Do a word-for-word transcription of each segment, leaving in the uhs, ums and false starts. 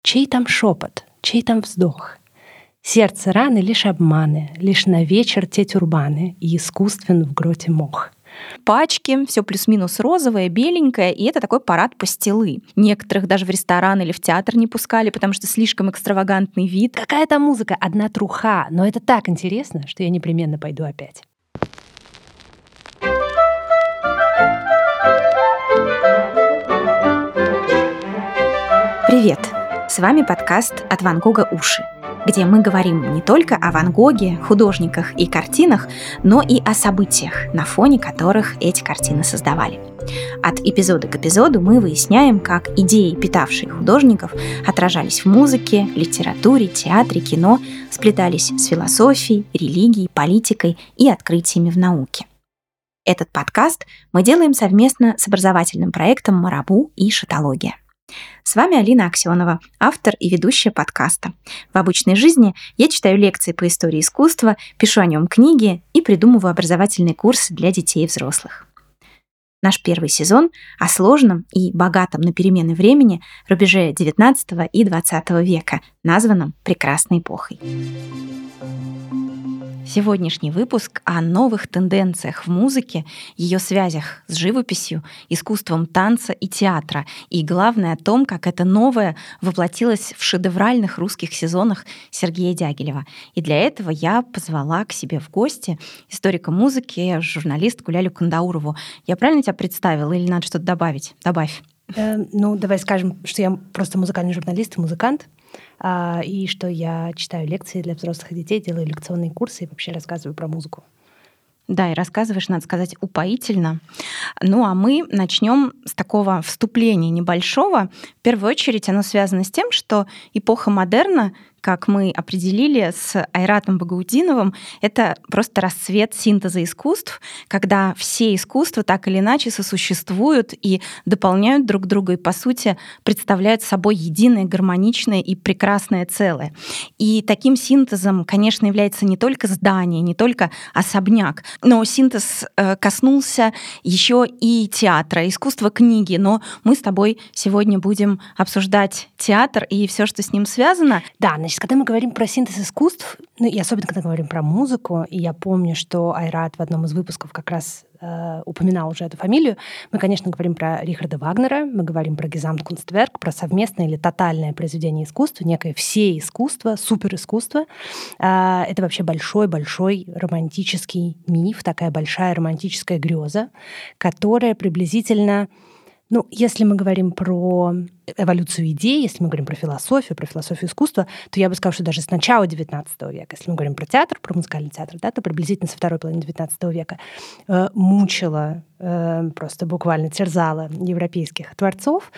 Чей там шепот, чей там вздох? Сердце раны лишь обманы, лишь на вечер те тюрбаны, и искусствен в гроте мох. Пачки, все плюс-минус розовое, беленькое, и это такой парад пастилы. Некоторых даже в ресторан или в театр не пускали, потому что слишком экстравагантный вид. Какая там музыка? Одна труха. Но это так интересно, что я непременно пойду опять. Привет! С вами подкаст «От Ван Гога уши», где мы говорим не только о Ван Гоге, художниках и картинах, но и о событиях, на фоне которых эти картины создавали. От эпизода к эпизоду мы выясняем, как идеи, питавшие художников, отражались в музыке, литературе, театре, кино, сплетались с философией, религией, политикой и открытиями в науке. Этот подкаст мы делаем совместно с образовательным проектом «Марабу» и «Шатология». С вами Алина Аксенова, автор и ведущая подкаста. В обычной жизни я читаю лекции по истории искусства, пишу о нем книги и придумываю образовательные курсы для детей и взрослых. Наш первый сезон о сложном и богатом на перемены времени рубеже девятнадцатого и двадцатого века, названном «Прекрасной эпохой». Сегодняшний выпуск о новых тенденциях в музыке, ее связях с живописью, искусством танца и театра, и, главное, о том, как это новое воплотилось в шедевральных русских сезонах Сергея Дягилева. И для этого я позвала к себе в гости историка музыки, журналистку Лялю Кандаурову. Я правильно тебя представила или надо что-то добавить? Добавь. Э, ну, давай скажем, что я просто музыкальный журналист и музыкант, а, и что я читаю лекции для взрослых и детей, делаю лекционные курсы и вообще рассказываю про музыку. Да, и рассказываешь, надо сказать, упоительно. Ну, а мы начнем с такого вступления небольшого. В первую очередь оно связано с тем, что эпоха модерна, как мы определили с Айратом Багаутдиновым, это просто расцвет синтеза искусств, когда все искусства так или иначе сосуществуют и дополняют друг друга, и, по сути, представляют собой единое, гармоничное и прекрасное целое. И таким синтезом, конечно, является не только здание, не только особняк, но синтез коснулся еще и театра, искусства книги. Но мы с тобой сегодня будем обсуждать театр и все, что с ним связано. Да, значит, когда мы говорим про синтез искусств, ну и особенно когда говорим про музыку, и я помню, что Айрат в одном из выпусков как раз э, упоминал уже эту фамилию, мы, конечно, говорим про Рихарда Вагнера, мы говорим про Gesamtkunstwerk, про совместное или тотальное произведение искусства, некое все искусство, суперискусство. Э, это вообще большой-большой романтический миф, такая большая романтическая греза, которая приблизительно... Ну, если мы говорим про эволюцию идей, если мы говорим про философию, про философию искусства, то я бы сказала, что даже с начала девятнадцатого века, если мы говорим про театр, про музыкальный театр, да, то приблизительно со второй половины девятнадцатого века э, мучила, э, просто буквально терзала европейских творцов.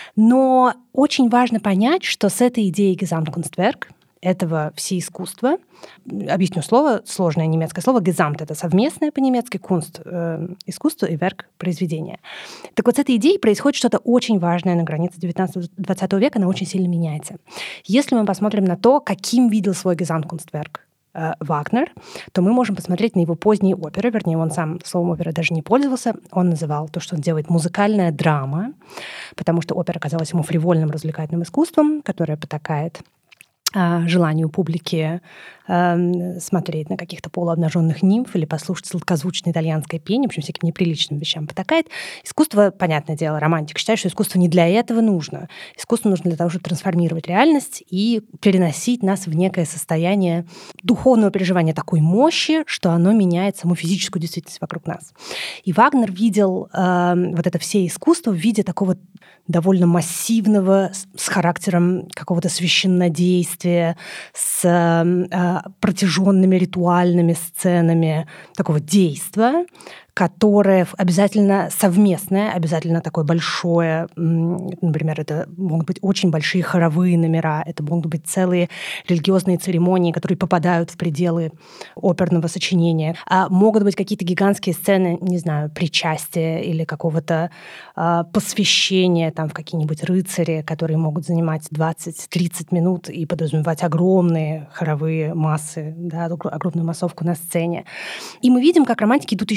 Но очень важно понять, что с этой идеей Gesamtkunstwerk, этого всеискусства. Объясню слово, сложное немецкое слово. Gesamt — это совместное по-немецки, Kunst э, — искусство, и Werk — произведение. Так вот, с этой идеей происходит что-то очень важное на границе девятнадцатого-двадцатого века, она очень сильно меняется. Если мы посмотрим на то, каким видел свой Gesamtkunstwerk э, Вагнер, то мы можем посмотреть на его поздние оперы, вернее, он сам словом опера даже не пользовался, он называл то, что он делает, музыкальная драма, потому что опера казалась ему фривольным развлекательным искусством, которое потакает желанию публики э, смотреть на каких-то полуобнаженных нимф или послушать сладкозвучное итальянское пение, в общем, всяким неприличным вещам потакает. Искусство, понятное дело, романтик считает, что искусство не для этого нужно. Искусство нужно для того, чтобы трансформировать реальность и переносить нас в некое состояние духовного переживания такой мощи, что оно меняет саму физическую действительность вокруг нас. И Вагнер видел э, вот это все искусство в виде такого довольно массивного, с характером какого-то священнодействия, с э, протяженными ритуальными сценами такого действа, которое обязательно совместное, обязательно такое большое, например, это могут быть очень большие хоровые номера, это могут быть целые религиозные церемонии, которые попадают в пределы оперного сочинения. А могут быть какие-то гигантские сцены, не знаю, причастия или какого-то а, посвящения там, в какие-нибудь рыцари, которые могут занимать двадцать-тридцать минут и подразумевать огромные хоровые массы, да, огромную массовку на сцене. И мы видим, как романтики идут еще дальше,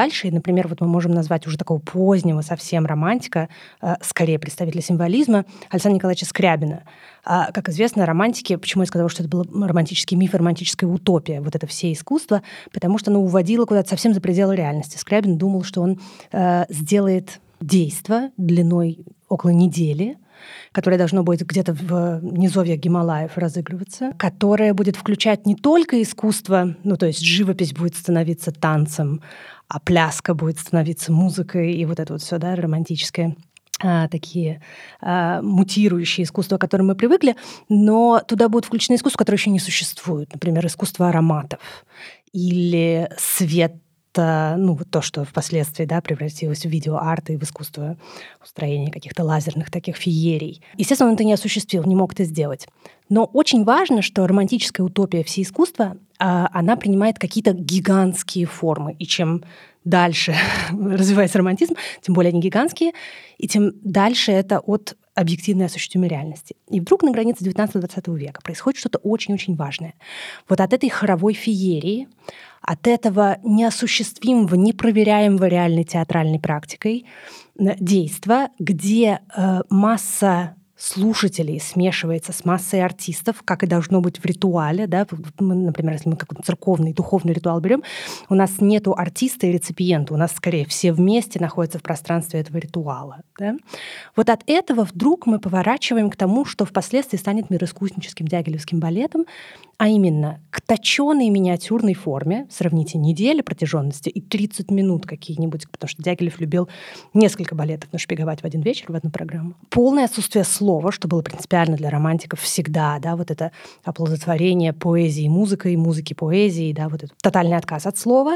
дальше. И, например, вот мы можем назвать уже такого позднего совсем романтика, скорее представителя символизма, Александра Николаевича Скрябина. Как известно, романтики, почему я сказала, что это был романтический миф, романтическая утопия, вот это все искусство, потому что оно уводило куда-то совсем за пределы реальности. Скрябин думал, что он э, сделает действо длиной около недели, которое должно будет где-то в низовьях Гималаев разыгрываться, которое будет включать не только искусство, ну то есть живопись будет становиться танцем, а пляска будет становиться музыкой, и вот это вот все, да, романтическое, а, такие а, мутирующие искусства, к которым мы привыкли, но туда будут включены искусства, которые еще не существуют, например, искусство ароматов или свет, ну, вот то, что впоследствии, да, превратилось в видеоарт и в искусство устроения каких-то лазерных таких феерий. Естественно, он это не осуществил, не мог это сделать. Но очень важно, что романтическая утопия всеискусства, она принимает какие-то гигантские формы. И чем дальше развивается романтизм, тем более они гигантские, и тем дальше это от объективной осуществимой реальности. И вдруг на границе девятнадцатого-двадцатого века происходит что-то очень-очень важное. Вот от этой хоровой феерии, от этого неосуществимого, непроверяемого реальной театральной практикой действа, где э, масса слушателей смешивается с массой артистов, как и должно быть в ритуале. Да? Мы, например, если мы какой-то церковный, духовный ритуал берем, у нас нету артиста и реципиента, у нас скорее все вместе находятся в пространстве этого ритуала. Да? Вот от этого вдруг мы поворачиваем к тому, что впоследствии станет мироискусническим дягилевским балетом, а именно к точёной миниатюрной форме, сравните неделю протяженности и тридцать минут какие-нибудь, потому что Дягилев любил несколько балетов нашпиговать в один вечер, в одну программу. Полное отсутствие слова, что было принципиально для романтиков всегда, да, вот это оплодотворение поэзии музыкой, музыки поэзии, да, вот этот тотальный отказ от слова,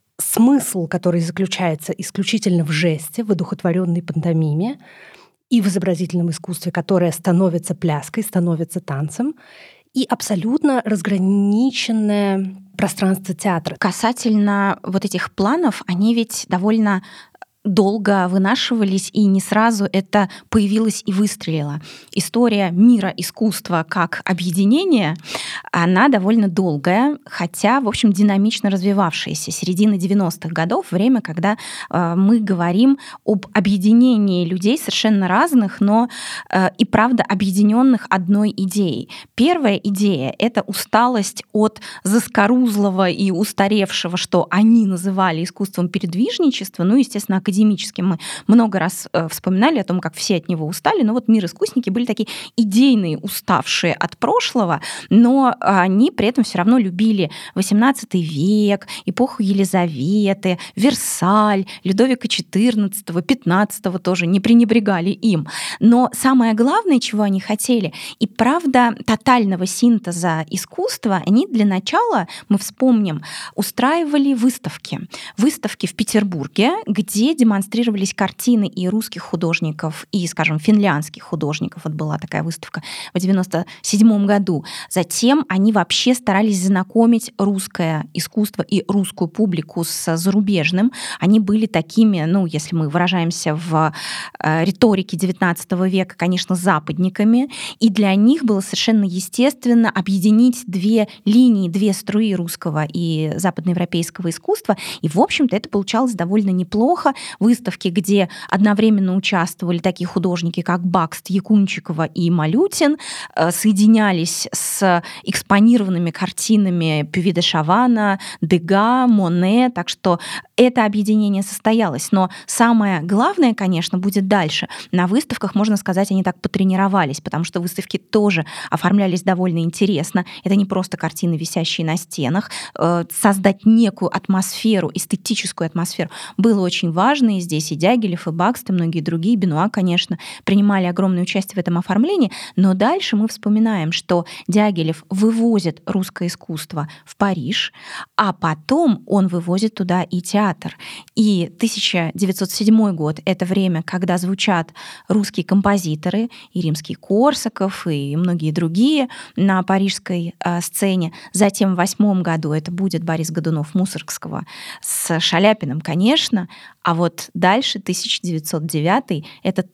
смысл, который заключается исключительно в жесте, в одухотворенной пантомиме и в изобразительном искусстве, которое становится пляской, становится танцем, и абсолютно разграниченное пространство театра. Касательно вот этих планов, они ведь довольно долго вынашивались, и не сразу это появилось и выстрелило. История мира искусства как объединения, она довольно долгая, хотя, в общем, динамично развивавшаяся. Середина девяностых годов, время, когда э, мы говорим об объединении людей совершенно разных, но э, и правда объединенных одной идеей. Первая идея — это усталость от заскорузлого и устаревшего, что они называли искусством передвижничества, ну, естественно, академическим. Мы много раз э, вспоминали о том, как все от него устали, но вот мир-искусники были такие идейные, уставшие от прошлого, но они при этом все равно любили восемнадцатый век, эпоху Елизаветы, Версаль, Людовика четырнадцатого, пятнадцатого тоже, не пренебрегали им. Но самое главное, чего они хотели, и правда тотального синтеза искусства, они для начала, мы вспомним, устраивали выставки. Выставки в Петербурге, где демонстрировались картины и русских художников, и, скажем, финляндских художников. Вот была такая выставка в девяносто седьмом году. Затем они вообще старались знакомить русское искусство и русскую публику с зарубежным. Они были такими, ну, если мы выражаемся в риторике девятнадцатого века, конечно, западниками, и для них было совершенно естественно объединить две линии, две струи русского и западноевропейского искусства, и, в общем-то, это получалось довольно неплохо. Выставки, где одновременно участвовали такие художники, как Бакст, Якунчикова и Малютин, соединялись с экспонированными картинами Пюви де Шавана, Дега, Моне, так что это объединение состоялось. Но самое главное, конечно, будет дальше. На выставках, можно сказать, они так потренировались, потому что выставки тоже оформлялись довольно интересно. Это не просто картины, висящие на стенах. Создать некую атмосферу, эстетическую атмосферу было очень важно, и здесь и Дягилев, и Бакст, и многие другие, Бенуа, конечно, принимали огромное участие в этом оформлении, но дальше мы вспоминаем, что Дягилев вывозит русское искусство в Париж, а потом он вывозит туда и театр. И тысяча девятьсот седьмой год — это время, когда звучат русские композиторы, и Римский-Корсаков, и многие другие на парижской э, сцене. Затем в восьмом году это будет Борис Годунов-Мусоргского с Шаляпиным, конечно, а вот дальше тысяча девятьсот девятый — это тот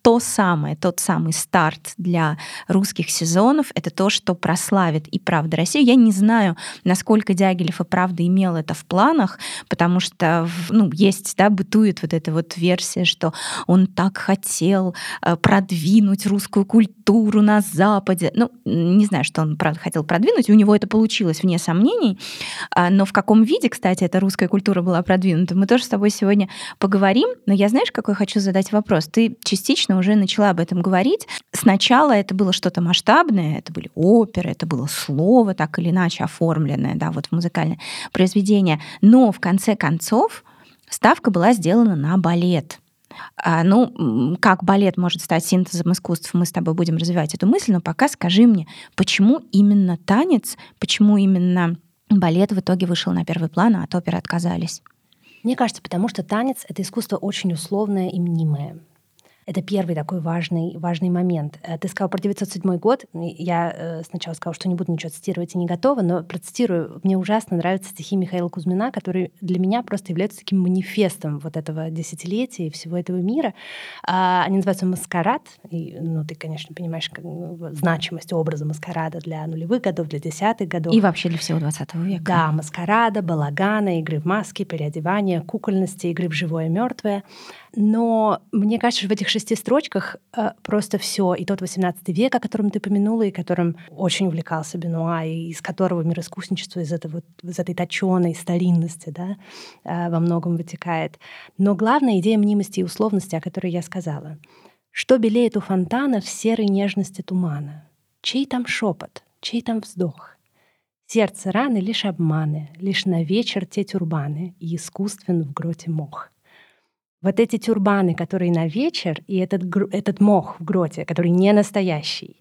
то самое, тот самый старт для русских сезонов, это то, что прославит и правда Россию. Я не знаю, насколько Дягилев и правда имел это в планах, потому что, ну, есть, да, бытует вот эта вот версия, что он так хотел продвинуть русскую культуру на Западе. Ну, не знаю, что он, правда, хотел продвинуть, у него это получилось, вне сомнений, но в каком виде, кстати, эта русская культура была продвинута, мы тоже с тобой сегодня поговорим, но я, знаешь, какой хочу задать вопрос? Ты частично уже начала об этом говорить. Сначала это было что-то масштабное, это были оперы, это было слово, так или иначе оформленное, да, вот в музыкальное произведение, но в конце концов ставка была сделана на балет. А, ну, как балет может стать синтезом искусств, мы с тобой будем развивать эту мысль, но пока скажи мне, почему именно танец, почему именно балет в итоге вышел на первый план, а от оперы отказались? Мне кажется, потому что танец — это искусство очень условное и мнимое. Это первый такой важный, важный момент. Ты сказал про девятьсот седьмой год. Я сначала сказала, что не буду ничего цитировать и не готова, но процитирую. Мне ужасно нравятся стихи Михаила Кузьмина, которые для меня просто являются таким манифестом вот этого десятилетия и всего этого мира. Они называются «Маскарад». И, ну, ты, конечно, понимаешь как, значимость образа маскарада для нулевых годов, для десятых годов. И вообще для всего двадцатого века. Да, маскарада, балагана, игры в маски, переодевания, кукольности, игры в живое и мертвое. Но мне кажется, что в этих шести строчках э, просто все. И тот восемнадцатый век, о котором ты помянула, и которым очень увлекался Бенуа, и из которого мироискусничество из, этого, из этой точёной старинности, да, э, во многом вытекает. Но главная идея мнимости и условности, о которой я сказала. Что белеет у фонтана в серой нежности тумана? Чей там шепот, чей там вздох? Сердце раны лишь обманы, лишь на вечер те тюрбаны, и искусствен в гроте мох. Вот эти тюрбаны, которые на вечер, и этот, этот мох в гроте, который не настоящий,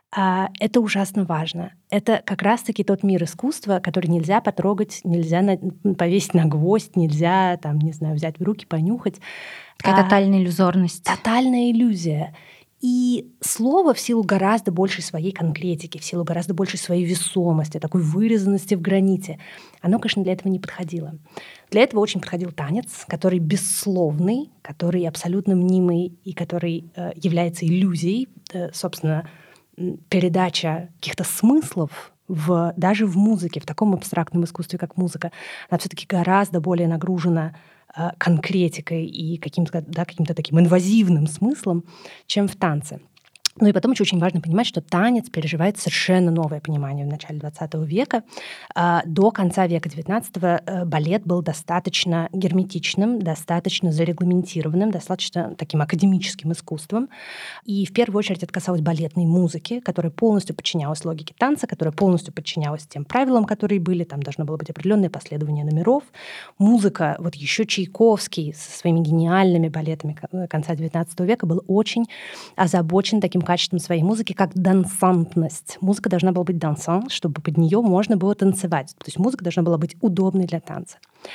это ужасно важно. Это как раз-таки тот мир искусства, который нельзя потрогать, нельзя на, повесить на гвоздь, нельзя, там, не знаю, взять в руки, понюхать. Такая а, тотальная иллюзорность. Тотальная иллюзия. И слово в силу гораздо большей своей конкретики, в силу гораздо большей своей весомости, такой вырезанности в граните, оно, конечно, для этого не подходило. Для этого очень подходил танец, который бессловный, который абсолютно мнимый и который э, является иллюзией, э, собственно, передача каких-то смыслов в, даже в музыке, в таком абстрактном искусстве, как музыка, она все-таки гораздо более нагружена конкретикой и каким-то, да, каким-то таким инвазивным смыслом, чем в танце. Ну и потом еще очень важно понимать, что танец переживает совершенно новое понимание в начале двадцатого века. До конца века девятнадцатого балет был достаточно герметичным, достаточно зарегламентированным, достаточно таким академическим искусством. И в первую очередь это касалось балетной музыки, которая полностью подчинялась логике танца, которая полностью подчинялась тем правилам, которые были. Там должно было быть определенное последование номеров. Музыка, вот еще Чайковский со своими гениальными балетами конца девятнадцатого века был очень озабочен таким качеством своей музыки, как дансантность. Музыка должна была быть дансан, чтобы под нее можно было танцевать. То есть музыка должна была быть удобной для танца.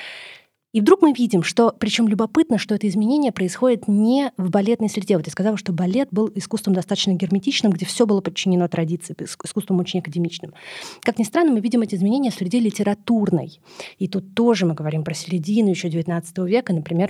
И вдруг мы видим, что, причем любопытно, что это изменение происходит не в балетной среде. Вот я сказала, что балет был искусством достаточно герметичным, где все было подчинено традиции, искусством очень академичным. Как ни странно, мы видим эти изменения в среде литературной. И тут тоже мы говорим про середину еще девятнадцатого века, например,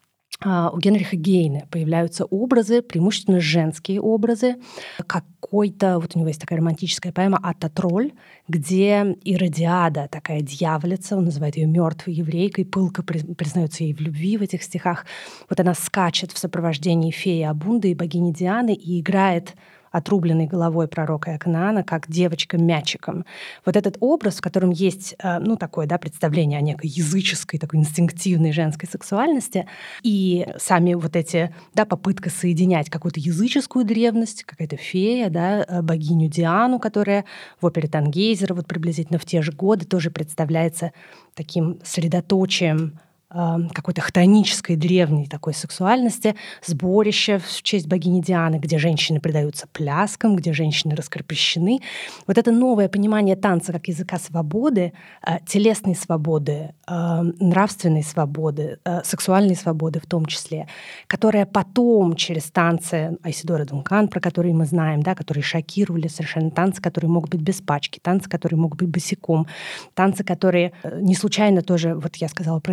у Генриха Гейне появляются образы, преимущественно женские образы. Какой-то, вот у него есть такая романтическая поэма «Ата-тролль», где Иродиада, такая дьяволица, он называет ее мертвой еврейкой, пылко признается ей в любви в этих стихах. Вот она скачет в сопровождении феи Абунды и богини Дианы и играет отрубленной головой пророка Иоканаана, как девочка мячиком. Вот этот образ, в котором есть, ну, такое, да, представление о некой языческой, такой инстинктивной женской сексуальности, и сами вот эти, да, попытка соединять какую-то языческую древность, какая-то фея, да, богиню Диану, которая в опере Тангейзера вот приблизительно в те же годы тоже представляется таким средоточием какой-то хтонической древней такой сексуальности, сборище в честь богини Дианы, где женщины предаются пляскам, где женщины раскрепощены. Вот это новое понимание танца как языка свободы, телесной свободы, нравственной свободы, сексуальной свободы в том числе, которая потом через танцы Айседора Дункан, про которые мы знаем, да, которые шокировали совершенно, танцы, которые могут быть без пачки, танцы, которые могут быть босиком, танцы, которые не случайно тоже, вот я сказала про Иродиаду,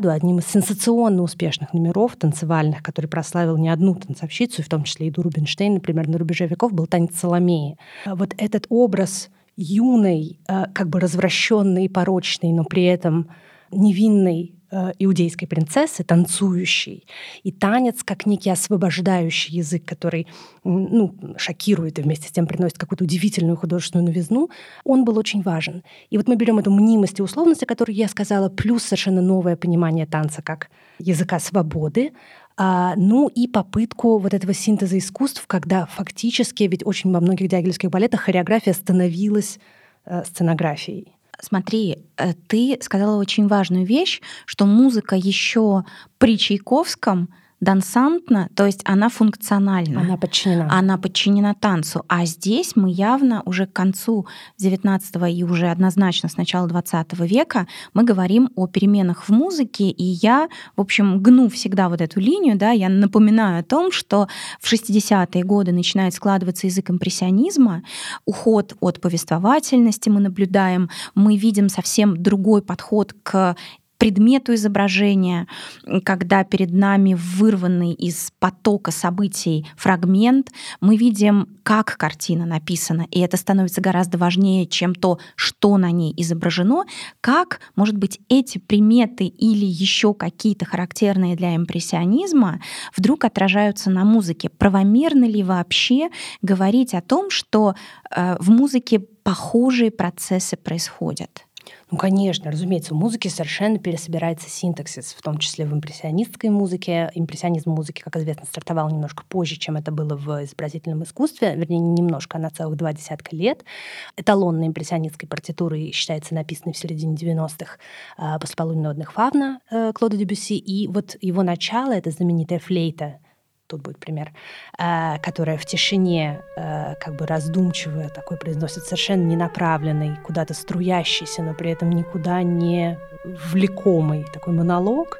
эстраду одним из сенсационно успешных номеров танцевальных, который прославил не одну танцовщицу, в том числе и Иду Рубинштейн, например, на рубеже веков, был танец Саломеи. Вот этот образ юной, как бы развращенной и порочной, но при этом невинной иудейской принцессы, танцующей, и танец как некий освобождающий язык, который ну, шокирует и вместе с тем приносит какую-то удивительную художественную новизну, он был очень важен. И вот мы берем эту мнимость и условность, о которой я сказала, плюс совершенно новое понимание танца как языка свободы, а, ну и попытку вот этого синтеза искусств, когда фактически, ведь очень во многих дягилевских балетах хореография становилась э, сценографией. Смотри, ты сказала очень важную вещь, что музыка еще при Чайковском дансантна, то есть она функциональна. Она подчинена. Она подчинена танцу. А здесь мы явно уже к концу девятнадцатого и уже однозначно с начала двадцатого века мы говорим о переменах в музыке, и я, в общем, гну всегда вот эту линию, да, я напоминаю о том, что в шестидесятые годы начинает складываться язык импрессионизма, уход от повествовательности мы наблюдаем, мы видим совсем другой подход к предмету изображения, когда перед нами вырванный из потока событий фрагмент, мы видим, как картина написана, и это становится гораздо важнее, чем то, что на ней изображено, как, может быть, эти приметы или еще какие-то характерные для импрессионизма вдруг отражаются на музыке. Правомерно ли вообще говорить о том, что э, в музыке похожие процессы происходят? Ну, конечно, разумеется, в музыке совершенно пересобирается синтаксис, в том числе в импрессионистской музыке. Импрессионизм музыки, как известно, стартовал немножко позже, чем это было в изобразительном искусстве, вернее, не немножко, а на целых два десятка лет. Эталонной импрессионистской партитурой считается написанной в середине девяностых после полуденных водных фавна Клода Дебюсси, и вот его начало — это знаменитая флейта, тут будет пример, которая в тишине, как бы раздумчиво такой произносит совершенно ненаправленный, куда-то струящийся, но при этом никуда не влекомый такой монолог.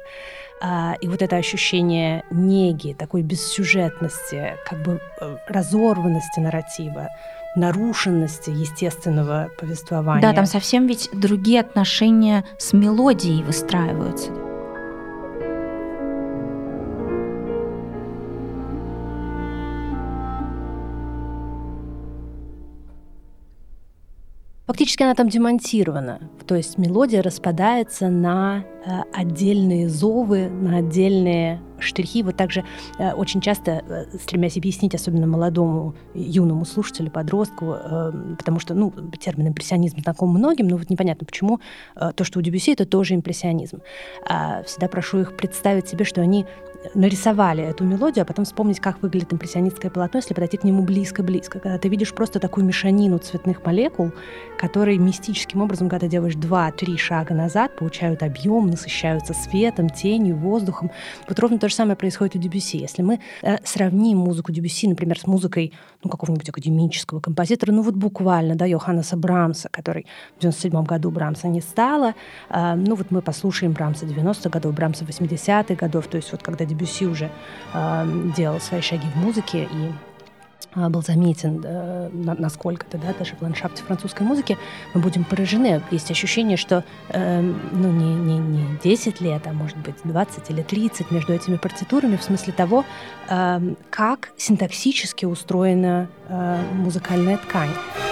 И вот это ощущение неги, такой бессюжетности, как бы разорванности нарратива, нарушенности естественного повествования. Да, там совсем ведь другие отношения с мелодией выстраиваются. Фактически она там демонтирована. То есть мелодия распадается на э, отдельные зовы, на отдельные штрихи. Вот также э, очень часто, э, стремясь объяснить, особенно молодому, юному слушателю, подростку, э, потому что ну, термин импрессионизм знаком многим, но вот непонятно, почему э, то, что у Дебюсси, это тоже импрессионизм. А всегда прошу их представить себе, что они нарисовали эту мелодию, а потом вспомнить, как выглядит импрессионистское полотно, если подойти к нему близко-близко. Когда ты видишь просто такую мешанину цветных молекул, которые мистическим образом, когда ты делаешь два-три шага назад, получают объем, насыщаются светом, тенью, воздухом. Вот ровно то же самое происходит у Дебюсси. Если мы э, сравним музыку Дебюсси, например, с музыкой ну, какого-нибудь академического композитора, ну вот буквально, да, Йоханнеса Брамса, который в девяносто седьмом году Брамса не стало, э, ну вот мы послушаем Брамса девяностых годов, Брамса восьмидесятых годов, то есть вот когда Дебюсси уже э, делал свои шаги в музыке и э, был заметен э, на, насколько-то, да, даже в ландшафте французской музыки, мы будем поражены. Есть ощущение, что э, ну, не, не, не десять лет, а может быть двадцать или тридцать между этими партитурами в смысле того, э, как синтаксически устроена э, музыкальная ткань.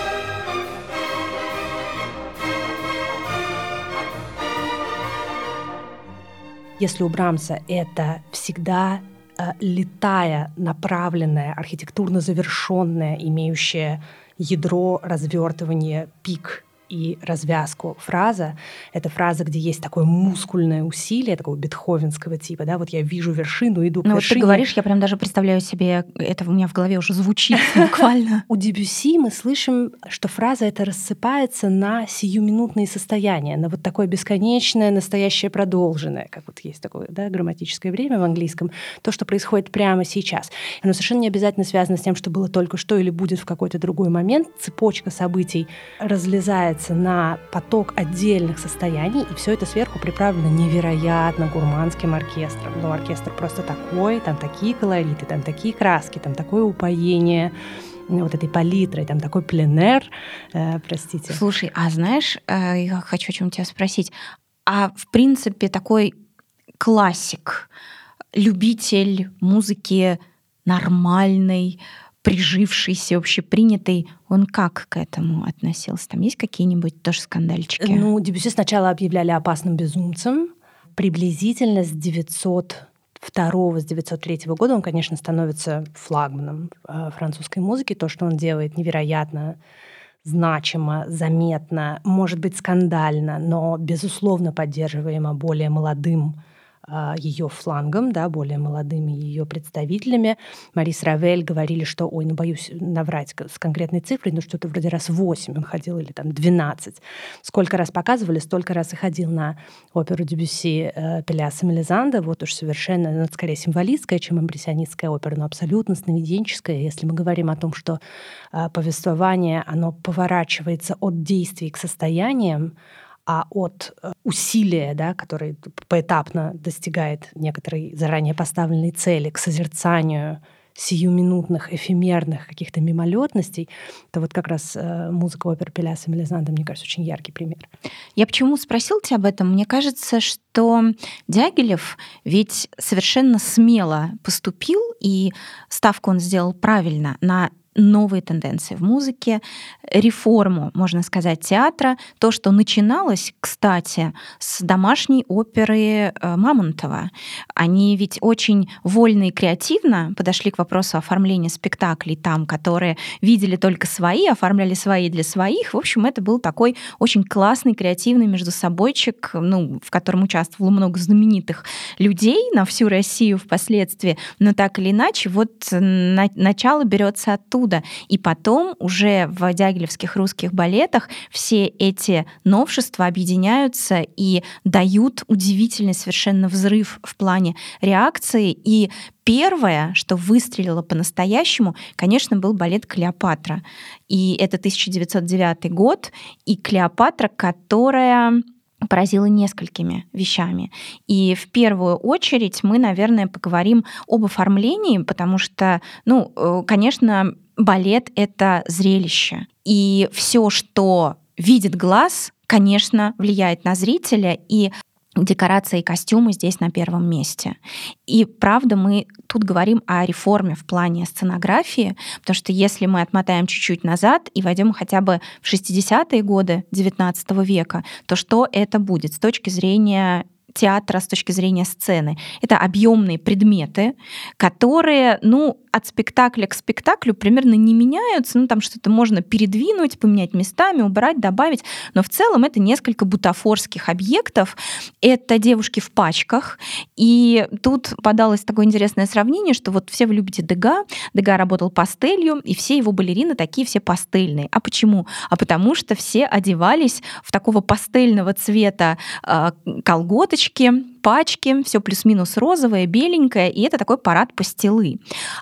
Если у Брамса это всегда э, литая, направленная, архитектурно завершенная, имеющая ядро, развертывание, пик и развязку фраза. Это фраза, где есть такое мускульное усилие, такого бетховенского типа. Да? Вот я вижу вершину, иду к ну, вершине. Вот ты говоришь, я прям даже представляю себе, это у меня в голове уже звучит буквально. У Дебюсси мы слышим, что фраза эта рассыпается на сиюминутные состояния, на вот такое бесконечное, настоящее, продолженное, как вот есть такое, да, грамматическое время в английском, то, что происходит прямо сейчас. Оно совершенно не обязательно связано с тем, что было только что или будет в какой-то другой момент. Цепочка событий разлезается на поток отдельных состояний, и все это сверху приправлено невероятно гурманским оркестром. Но оркестр просто такой, там такие колориты, там такие краски, там такое упоение вот этой палитрой, там такой пленэр, э, простите. Слушай, а знаешь, э, я хочу о чем тебя спросить. А в принципе такой классик, любитель музыки нормальной, прижившийся, общепринятой, он как к этому относился? Там есть какие-нибудь тоже скандальчики? Ну, Дебюсси сначала объявляли опасным безумцем. Приблизительно с девятьсот второго, с девятьсот третьего года он, конечно, становится флагманом французской музыки. То, что он делает, невероятно значимо, заметно, может быть, скандально, но, безусловно, поддерживаемо более молодым ее флангом, да, более молодыми ее представителями. Марис Равель говорили, что, ой, ну боюсь наврать с конкретной цифрой, но что-то вроде раз восемь он ходил или там двенадцать. Сколько раз показывали, столько раз и ходил на оперу Дебюсси «Пелеас и Мелизанда». Вот уж совершенно, ну, скорее символистская, чем импрессионистская опера, но абсолютно сновиденческая. Если мы говорим о том, что повествование, оно поворачивается от действий к состояниям, а от усилия, да, который поэтапно достигает некоторой заранее поставленной цели, к созерцанию сиюминутных, эфемерных каких-то мимолетностей, то вот как раз музыка оперы «Пелеас и Мелизанда», мне кажется, очень яркий пример. Я почему спросила тебя об этом? Мне кажется, что Дягилев ведь совершенно смело поступил, и ставку он сделал правильно на новые тенденции в музыке, реформу, можно сказать, театра. То, что начиналось, кстати, с домашней оперы Мамонтова. Они ведь очень вольно и креативно подошли к вопросу оформления спектаклей там, которые видели только свои, оформляли свои для своих. В общем, это был такой очень классный, креативный междусобойчик, ну, в котором участвовало много знаменитых людей на всю Россию впоследствии. Но так или иначе, вот на- начало берется оттуда. И потом уже в дягилевских русских балетах все эти новшества объединяются и дают удивительный совершенно взрыв в плане реакции. И первое, что выстрелило по-настоящему, конечно, был балет «Клеопатра». И это тысяча девятьсот девятый год, и «Клеопатра», которая поразила несколькими вещами. И в первую очередь мы, наверное, поговорим об оформлении, потому что, ну, конечно, балет — это зрелище. И все, что видит глаз, конечно, влияет на зрителя, и декорации и костюмы здесь на первом месте. И правда, мы тут говорим о реформе в плане сценографии, потому что если мы отмотаем чуть-чуть назад и войдем хотя бы в шестидесятые годы девятнадцатого века, то что это будет с точки зрения театра, с точки зрения сцены? Это объемные предметы, которые, ну, от спектакля к спектаклю примерно не меняются, ну, там что-то можно передвинуть, поменять местами, убрать, добавить, но в целом это несколько бутафорских объектов. Это девушки в пачках, и тут подалось такое интересное сравнение, что вот все вы любите Дега, Дега работал пастелью, и все его балерины такие все пастельные. А почему? А потому что все одевались в такого пастельного цвета э, колготочки, пачки, все плюс-минус розовое, беленькое, и это такой парад пастилы.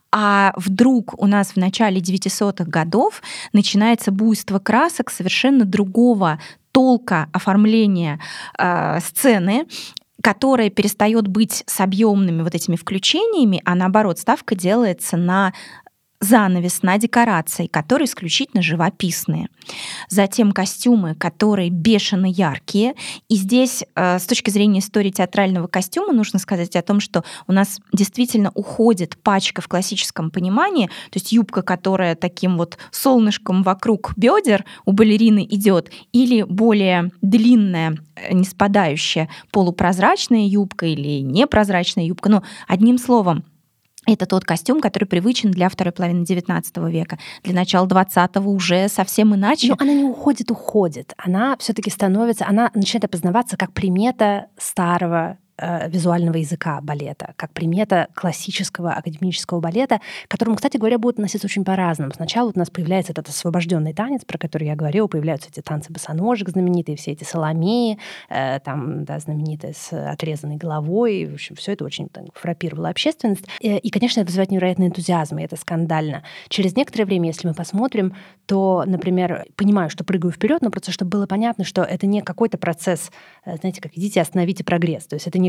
А вдруг у нас в начале девятисотых годов начинается буйство красок совершенно другого толка оформления э, сцены, которая перестает быть с объемными вот этими включениями, а наоборот, ставка делается на занавес, на декорации, которые исключительно живописные. Затем костюмы, которые бешено яркие. И здесь э, с точки зрения истории театрального костюма нужно сказать о том, что у нас действительно уходит пачка в классическом понимании, то есть юбка, которая таким вот солнышком вокруг бедер у балерины идет, или более длинная, не спадающая полупрозрачная юбка или непрозрачная юбка. Но одним словом, это тот костюм, который привычен для второй половины девятнадцатого века. Для начала двадцатого уже совсем иначе. Но она не уходит, уходит. Она все-таки становится, она начинает опознаваться как примета старого э, визуального языка балета, как примета классического академического балета, к которому, кстати говоря, будет относиться очень по-разному. Сначала вот у нас появляется этот освобожденный танец, про который я говорила, появляются эти танцы босоножек знаменитые, все эти Саломеи, э, там, да, знаменитые с отрезанной головой. В общем, все это очень так фрапировало общественность. И, и, конечно, это вызывает невероятный энтузиазм, и это скандально. Через некоторое время, если мы посмотрим, то, например, понимаю, что прыгаю вперед, но просто чтобы было понятно, что это не какой-то процесс, знаете, как идите, остановите прогресс. То есть это не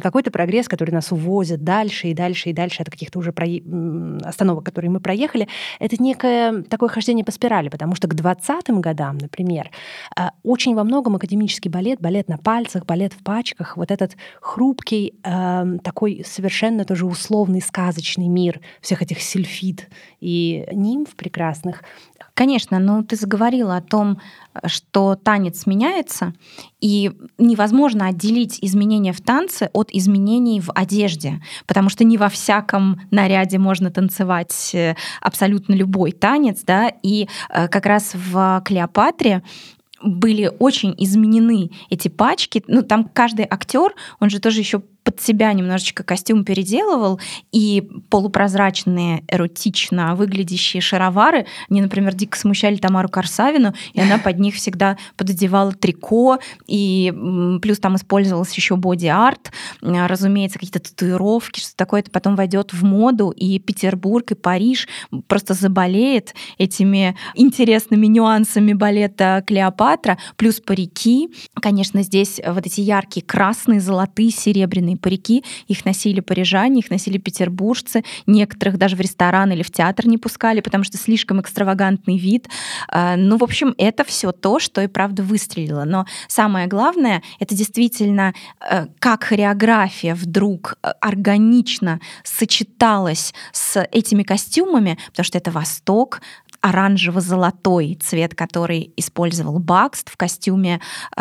какой-то прогресс, который нас увозит дальше и дальше и дальше от каких-то уже про... остановок, которые мы проехали. Это некое такое хождение по спирали, потому что к двадцатым годам, например, очень во многом академический балет, балет на пальцах, балет в пачках, вот этот хрупкий, такой совершенно тоже условный, сказочный мир всех этих сильфид и нимф прекрасных. Конечно, но ты заговорила о том, что танец меняется, и невозможно отделить изменения в танце от изменений в одежде, потому что не во всяком наряде можно танцевать абсолютно любой танец, да, и как раз в «Клеопатре» были очень изменены эти пачки. Ну, там каждый актер, он же тоже еще под себя немножечко костюм переделывал, и полупрозрачные, эротично выглядящие шаровары, они, например, дико смущали Тамару Корсавину, и она под них всегда пододевала трико, и плюс там использовался еще боди-арт, разумеется, какие-то татуировки, что такое, это потом войдет в моду, и Петербург, и Париж просто заболеет этими интересными нюансами балета «Клеопатра», плюс парики. Конечно, здесь вот эти яркие красные, золотые, серебряные парики, их носили парижане, их носили петербуржцы, некоторых даже в ресторан или в театр не пускали, потому что слишком экстравагантный вид. Ну, в общем, это все то, что и правда выстрелило. Но самое главное, это действительно, как хореография вдруг органично сочеталась с этими костюмами, потому что это Восток, оранжево-золотой цвет, который использовал Бакст в костюме,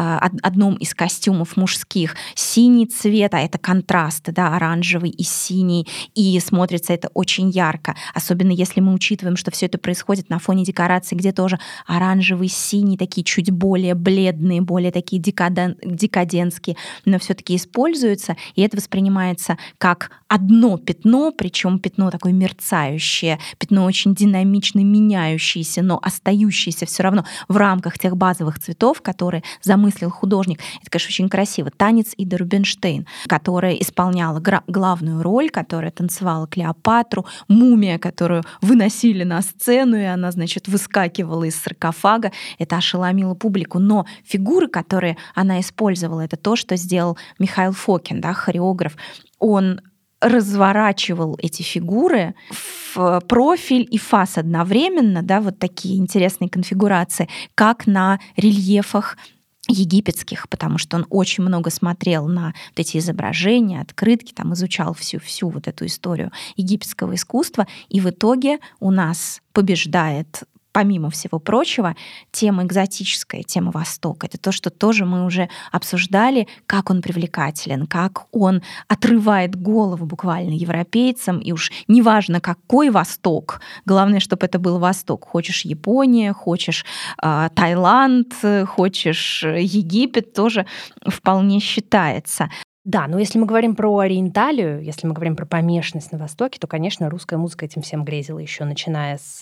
одном из костюмов мужских, синий цвет, а это контрасты, да, оранжевый и синий, и смотрится это очень ярко, особенно если мы учитываем, что все это происходит на фоне декораций, где тоже оранжевый, синий, такие чуть более бледные, более такие декаден, декадентские, но все-таки используются, и это воспринимается как одно пятно, причем пятно такое мерцающее, пятно очень динамично меняющееся, но остающиеся все равно в рамках тех базовых цветов, которые замыслил художник. Это, конечно, очень красиво. Танец Иды Рубинштейн, которая исполняла гра- главную роль, которая танцевала Клеопатру, мумия, которую выносили на сцену, и она, значит, выскакивала из саркофага. Это ошеломило публику. Но фигуры, которые она использовала, это то, что сделал Михаил Фокин, да, хореограф. Он разворачивал эти фигуры в профиль и фас одновременно, да, вот такие интересные конфигурации, как на рельефах египетских, потому что он очень много смотрел на вот эти изображения, открытки, там изучал всю, всю вот эту историю египетского искусства, и в итоге у нас побеждает, помимо всего прочего, тема экзотическая, тема Востока. Это то, что тоже мы уже обсуждали, как он привлекателен, как он отрывает голову буквально европейцам, и уж неважно, какой Восток, главное, чтобы это был Восток. Хочешь Япония, хочешь э, Таиланд, хочешь Египет, тоже вполне считается. Да, но если мы говорим про ориенталию, если мы говорим про помешанность на Востоке, то, конечно, русская музыка этим всем грезила еще начиная с,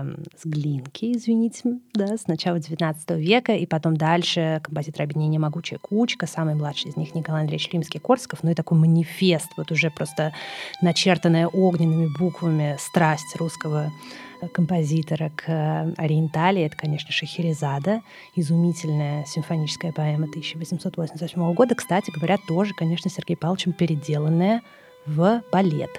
с Глинки, извините, да, с начала девятнадцатого века, и потом дальше композитор объединения «Могучая кучка», самый младший из них Николай Андреевич Римский-Корсаков, ну и такой манифест, вот уже просто начертанная огненными буквами страсть русского композитора к ориенталии. Это, конечно, Шахерезада, изумительная симфоническая поэма тысяча восемьсот восемьдесят восьмого года. Кстати говоря, тоже, конечно, Сергеем Павловичем переделанная в балет.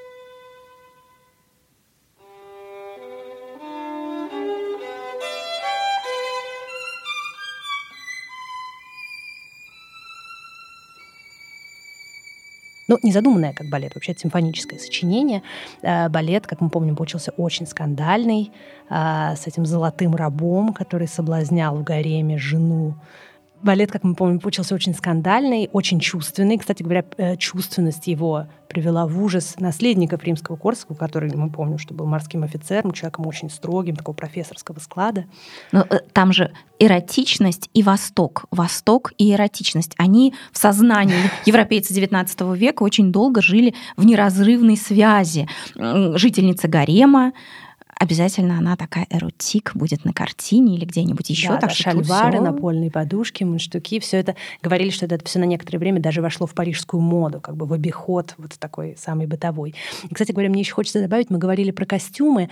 Ну, не задуманное как балет, вообще это симфоническое сочинение. Балет, как мы помним, получился очень скандальный, с этим золотым рабом, который соблазнял в гареме жену. Балет, как мы помним, получился очень скандальный, очень чувственный. Кстати говоря, чувственность его привела в ужас наследника Римского-Корсакова, который, мы помним, что был морским офицером, человеком очень строгим, такого профессорского склада. Но там же эротичность и Восток. Восток и эротичность. Они в сознании европейцев девятнадцатого века очень долго жили в неразрывной связи. Жительница гарема, обязательно она такая эротик будет на картине или где-нибудь еще. Да, так да, что шальвары, всё... напольные подушки, мундштуки, все это. Говорили, что это все на некоторое время даже вошло в парижскую моду, как бы в обиход вот такой самый бытовой. И, кстати говоря, мне еще хочется добавить, мы говорили про костюмы.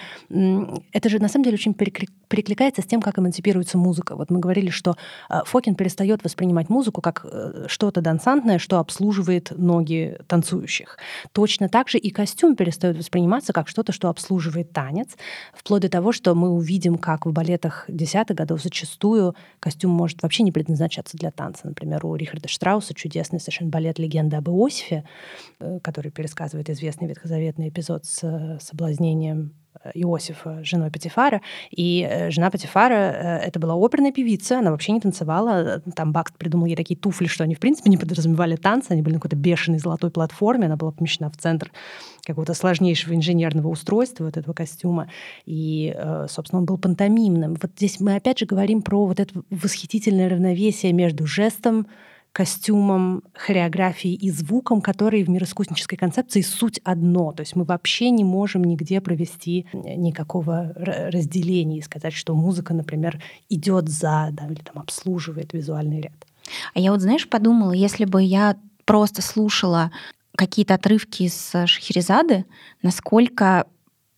Это же на самом деле очень перекликается с тем, как эмансипируется музыка. Вот мы говорили, что Фокин перестает воспринимать музыку как что-то дансантное, что обслуживает ноги танцующих. Точно так же и костюм перестает восприниматься как что-то, что обслуживает танец, вплоть до того, что мы увидим, как в балетах десятых годов зачастую костюм может вообще не предназначаться для танца. Например, у Рихарда Штрауса чудесный совершенно балет «Легенда об Иосифе», который пересказывает известный ветхозаветный эпизод с соблазнением Иосифа женой Патифара. И жена Патифара — это была оперная певица, она вообще не танцевала. Там Бакст придумал ей такие туфли, что они, в принципе, не подразумевали танцы, они были на какой-то бешеной золотой платформе, она была помещена в центр какого-то сложнейшего инженерного устройства вот этого костюма. И, собственно, он был пантомимным. Вот здесь мы опять же говорим про вот это восхитительное равновесие между жестом, костюмом, хореографией и звуком, которые в мироискуснической концепции суть одно. То есть мы вообще не можем нигде провести никакого разделения и сказать, что музыка, например, идет за, да, или там обслуживает визуальный ряд. А я вот, знаешь, подумала, если бы я просто слушала какие-то отрывки из Шахерезады, насколько...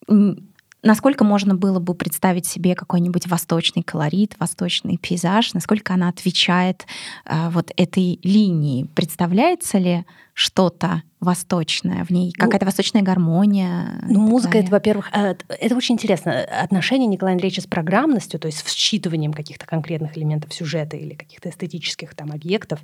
Насколько можно было бы представить себе какой-нибудь восточный колорит, восточный пейзаж, насколько она отвечает э, вот этой линии? Представляется ли что-то восточное в ней, какая-то ну, восточная гармония? Ну, музыка — это, во-первых, это очень интересно. Отношение Николая Андреевича с программностью, то есть с считыванием каких-то конкретных элементов сюжета или каких-то эстетических там объектов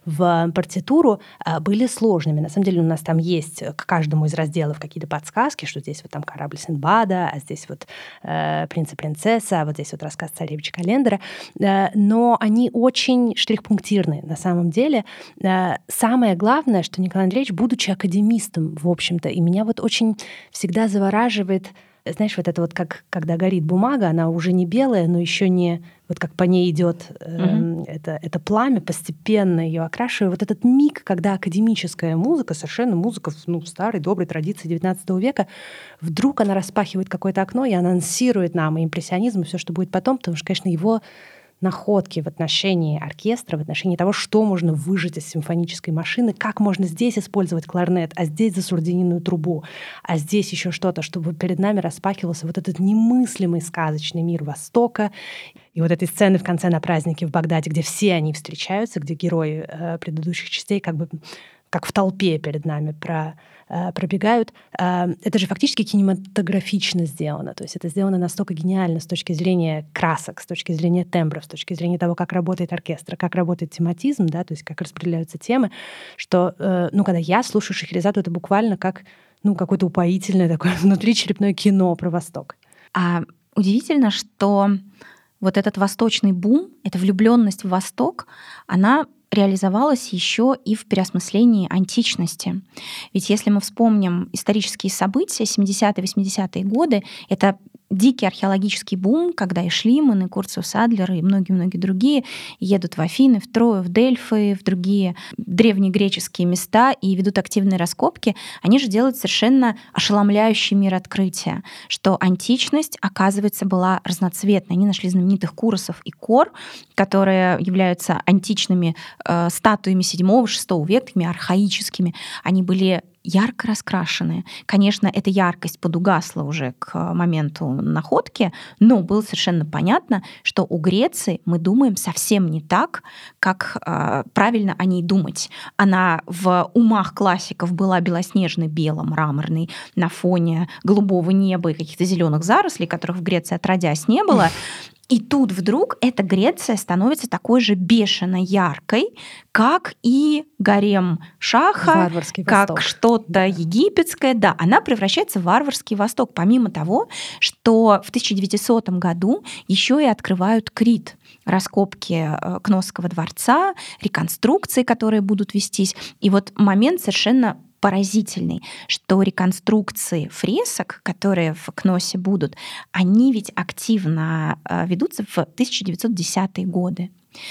в партитуру были сложными. На самом деле у нас там есть к каждому из разделов какие-то подсказки, что здесь вот там корабль Синдбада, а здесь вот э, принц и принцесса, а вот здесь вот рассказ царевича Календера. Э, но они очень штрихпунктирные на самом деле. Э, самое главное, что Николай Андреевич, будучи академистом, в общем-то, и меня вот очень всегда завораживает, знаешь, вот это вот как когда горит бумага, она уже не белая, но еще не вот как по ней идет э, mm-hmm. это, это пламя, постепенно ее окрашивая. Вот этот миг, когда академическая музыка, совершенно музыка ну, в старой доброй традиции девятнадцатого века, вдруг она распахивает какое-то окно и анонсирует нам и импрессионизм, и все, что будет потом, потому что, конечно, его находки в отношении оркестра, в отношении того, что можно выжать из симфонической машины, как можно здесь использовать кларнет, а здесь засурдиненную трубу, а здесь еще что-то, чтобы перед нами распахивался вот этот немыслимый сказочный мир Востока. И вот этой сцены в конце на празднике в Багдаде, где все они встречаются, где герои э, предыдущих частей как бы как в толпе перед нами про, э, пробегают. Э, это же фактически кинематографично сделано. То есть это сделано настолько гениально с точки зрения красок, с точки зрения тембров, с точки зрения того, как работает оркестр, как работает тематизм, да, то есть как распределяются темы, что, э, ну, когда я слушаю Шахерезаду, это буквально как, ну, какое-то упоительное такое внутричерепное кино про Восток. А удивительно, что вот этот восточный бум, эта влюбленность в Восток, она реализовалась еще и в переосмыслении античности. Ведь если мы вспомним исторические события, семидесятые-восьмидесятые годы, это дикий археологический бум, когда и Шлиман, и Курциус Адлер, и многие-многие другие едут в Афины, в Трою, в Дельфы, в другие древнегреческие места и ведут активные раскопки, они же делают совершенно ошеломляющий мир открытия, что античность, оказывается, была разноцветной. Они нашли знаменитых Куросов и Кор, которые являются античными э, статуями седьмого-шестого века, такими архаическими. Они были ярко раскрашенные. Конечно, эта яркость подугасла уже к моменту находки, но было совершенно понятно, что у Греции мы думаем совсем не так, как э, правильно о ней думать. Она в умах классиков была белоснежной, бело-мраморной на фоне голубого неба и каких-то зеленых зарослей, которых в Греции отродясь не было. И тут вдруг эта Греция становится такой же бешено яркой, как и гарем Шаха, как что-то египетское. Да, она превращается в варварский Восток, помимо того, что в тысяча девятисотом году еще и открывают Крит. Раскопки Кносского дворца, реконструкции, которые будут вестись. И вот момент совершенно поразительный, что реконструкции фресок, которые в Кносе будут, они ведь активно ведутся в тысяча девятьсот десятые годы.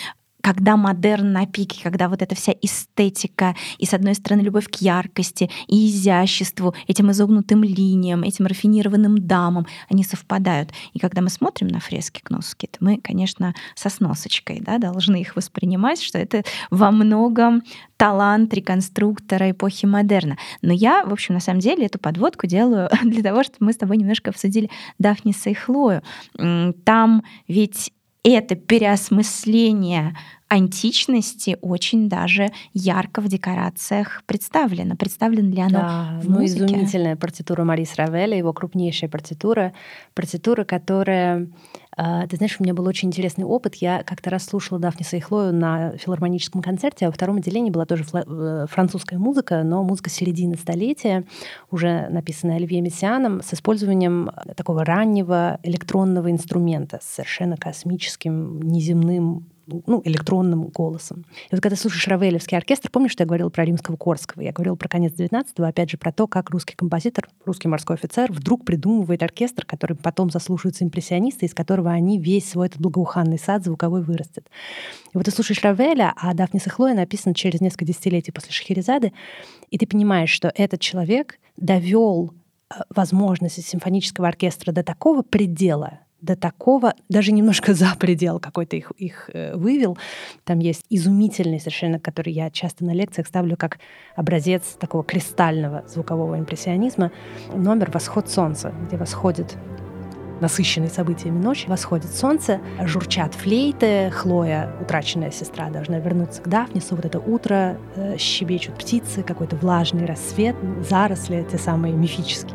когда модерн на пике, когда вот эта вся эстетика, и с одной стороны любовь к яркости и изяществу, этим изогнутым линиям, этим рафинированным дамам, они совпадают. И когда мы смотрим на фрески Кносски, то мы, конечно, со сносочкой, да, должны их воспринимать, что это во многом талант реконструктора эпохи модерна. Но я, в общем, на самом деле эту подводку делаю для того, чтобы мы с тобой немножко обсудили Дафниса и Хлою. Там ведь это переосмысление античности очень даже ярко в декорациях представлено. Представлено ли оно да, в ну, музыке? Изумительная партитура Марис Равеля, его крупнейшая партитура. Партитура, которая... Э, ты знаешь, у меня был очень интересный опыт. Я как-то раз слушала Дафниса и Хлою на филармоническом концерте, а во втором отделении была тоже фла- французская музыка, но музыка середины столетия, уже написанная Оливье Мессианом, с использованием такого раннего электронного инструмента с совершенно космическим, неземным, ну, электронным голосом. И вот когда слушаешь равелевский оркестр, помнишь, что я говорила про Римского-Корского? Я говорила про конец девятнадцатого, опять же, про то, как русский композитор, русский морской офицер вдруг придумывает оркестр, который потом заслушаются импрессионисты, из которого они весь свой этот благоуханный сад звуковой вырастет. И вот ты слушаешь Равеля, а Дафнис и Хлоя написано через несколько десятилетий после Шахерезады, и ты понимаешь, что этот человек довел возможности симфонического оркестра до такого предела, до такого, даже немножко за предел какой-то их, их э, вывел. Там есть изумительный совершенно, который я часто на лекциях ставлю как образец такого кристального звукового импрессионизма, номер «Восход солнца», где восходит насыщенный событиями ночь, восходит солнце, журчат флейты, Хлоя, утраченная сестра, должна вернуться к Дафнису, вот это утро, э, щебечут птицы, какой-то влажный рассвет, заросли, те самые мифические.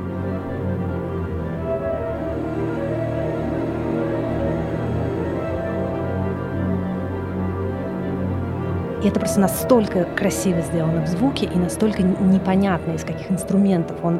И это просто настолько красиво сделано в звуке и настолько непонятно, из каких инструментов он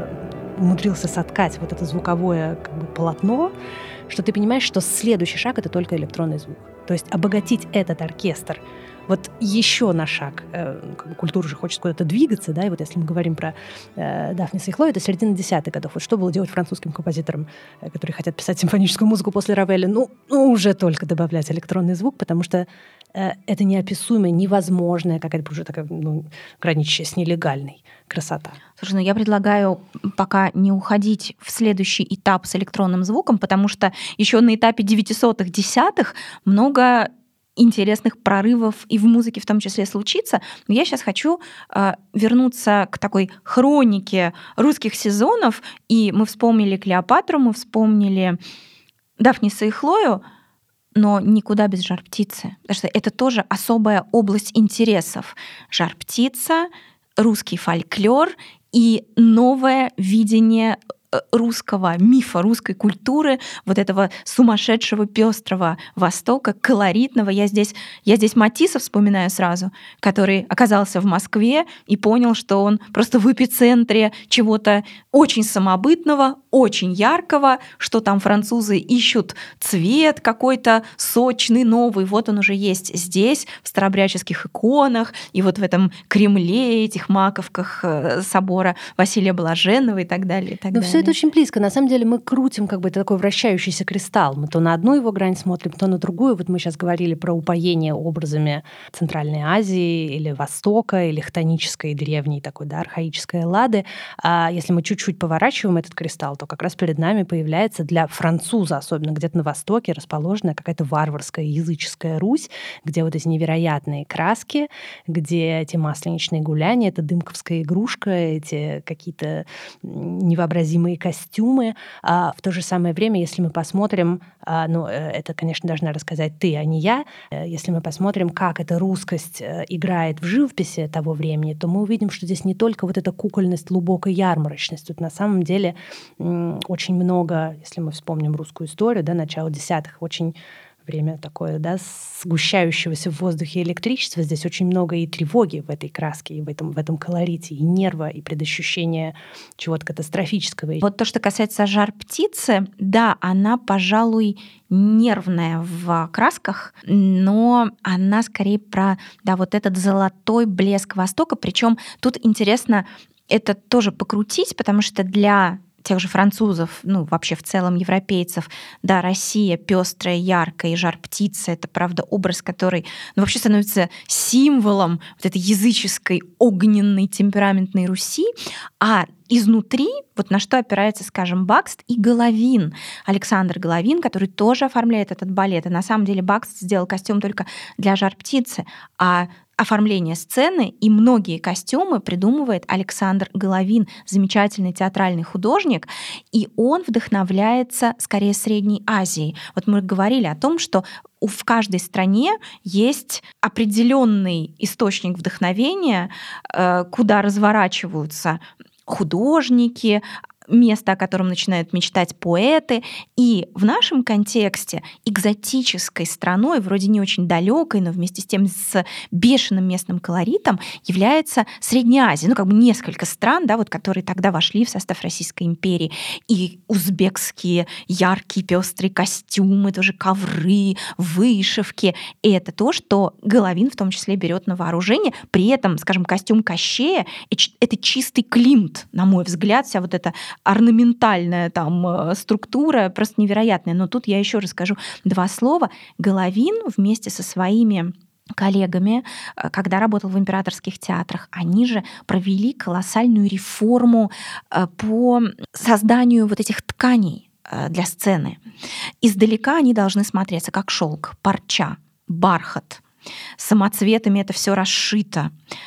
э, умудрился соткать вот это звуковое как бы полотно, что ты понимаешь, что следующий шаг — это только электронный звук. То есть обогатить этот оркестр вот еще на шаг. Э, как бы культура же хочет куда-то двигаться, да, и вот если мы говорим про э, Дафниса и Хлою, это середина десятых годов. Вот что было делать французским композиторам, э, которые хотят писать симфоническую музыку после Равеля? Ну, ну, уже только добавлять электронный звук, потому что э, это неописуемая, невозможная, какая-то уже такая, ну, граничащая с нелегальной красота. Слушай, ну я предлагаю пока не уходить в следующий этап с электронным звуком, потому что еще на этапе девятисотых, десятых много интересных прорывов и в музыке в том числе случится. Но я сейчас хочу э, вернуться к такой хронике русских сезонов. И мы вспомнили Клеопатру, мы вспомнили Дафниса и Хлою, но никуда без Жар-птицы. Потому что это тоже особая область интересов. Жар-птица, русский фольклор и новое видение русского мифа, русской культуры, вот этого сумасшедшего пестрого Востока, колоритного. Я здесь, я здесь Матисса вспоминаю сразу, который оказался в Москве и понял, что он просто в эпицентре чего-то очень самобытного, очень яркого, что там французы ищут цвет какой-то сочный, новый. Вот он уже есть здесь, в старообрядческих иконах, и вот в этом Кремле, этих маковках собора Василия Блаженного и так далее. И так Но далее. все это очень близко. На самом деле мы крутим как бы это такой вращающийся кристалл. Мы то на одну его грань смотрим, то на другую. Вот мы сейчас говорили про упоение образами Центральной Азии или Востока, или хтонической, древней такой, да, архаической Эллады. А если мы чуть-чуть поворачиваем этот кристалл, то как раз перед нами появляется для француза, особенно где-то на Востоке, расположенная какая-то варварская языческая Русь, где вот эти невероятные краски, где эти масленичные гуляния, эта дымковская игрушка, эти какие-то невообразимые костюмы. А в то же самое время, если мы посмотрим, а, ну, это, конечно, должна рассказать ты, а не я, если мы посмотрим, как эта русскость играет в живописи того времени, то мы увидим, что здесь не только вот эта кукольность, глубокая ярмарочность. Тут на самом деле очень много, если мы вспомним русскую историю, да, начало десятых, очень время такое, да, сгущающегося в воздухе электричества. Здесь очень много и тревоги в этой краске, и в этом, в этом колорите, и нерва, и предощущения чего-то катастрофического. Вот то, что касается Жар-птицы, да, она, пожалуй, нервная в красках, но она скорее про, да, вот этот золотой блеск Востока. Причем тут интересно это тоже покрутить, потому что для тех же французов, ну, вообще в целом европейцев, да, Россия пестрая, яркая, и «Жар-птица» — это, правда, образ, который, ну, вообще становится символом вот этой языческой, огненной, темпераментной Руси, а изнутри, вот на что опирается, скажем, Бакст и Головин, Александр Головин, который тоже оформляет этот балет. И на самом деле Бакст сделал костюм только для «Жар-птицы», а оформление сцены и многие костюмы придумывает Александр Головин, замечательный театральный художник, и он вдохновляется скорее Средней Азией. Вот мы говорили о том, что в каждой стране есть определенный источник вдохновения, куда разворачиваются художники, место, о котором начинают мечтать поэты. И в нашем контексте экзотической страной, вроде не очень далекой, но вместе с тем с бешеным местным колоритом, является Средняя Азия. Ну, как бы несколько стран, да, вот, которые тогда вошли в состав Российской империи. И узбекские яркие пестрые костюмы, тоже ковры, вышивки. И это то, что Головин в том числе берет на вооружение. При этом, скажем, костюм Кощея — это чистый Климт, на мой взгляд, вся вот эта орнаментальная там структура просто невероятная. Но тут я еще расскажу два слова. Головин вместе со своими коллегами, когда работал в императорских театрах, они же провели колоссальную реформу по созданию вот этих тканей для сцены. Издалека они должны смотреться как шелк, парча, бархат. Самоцветами это все расшито.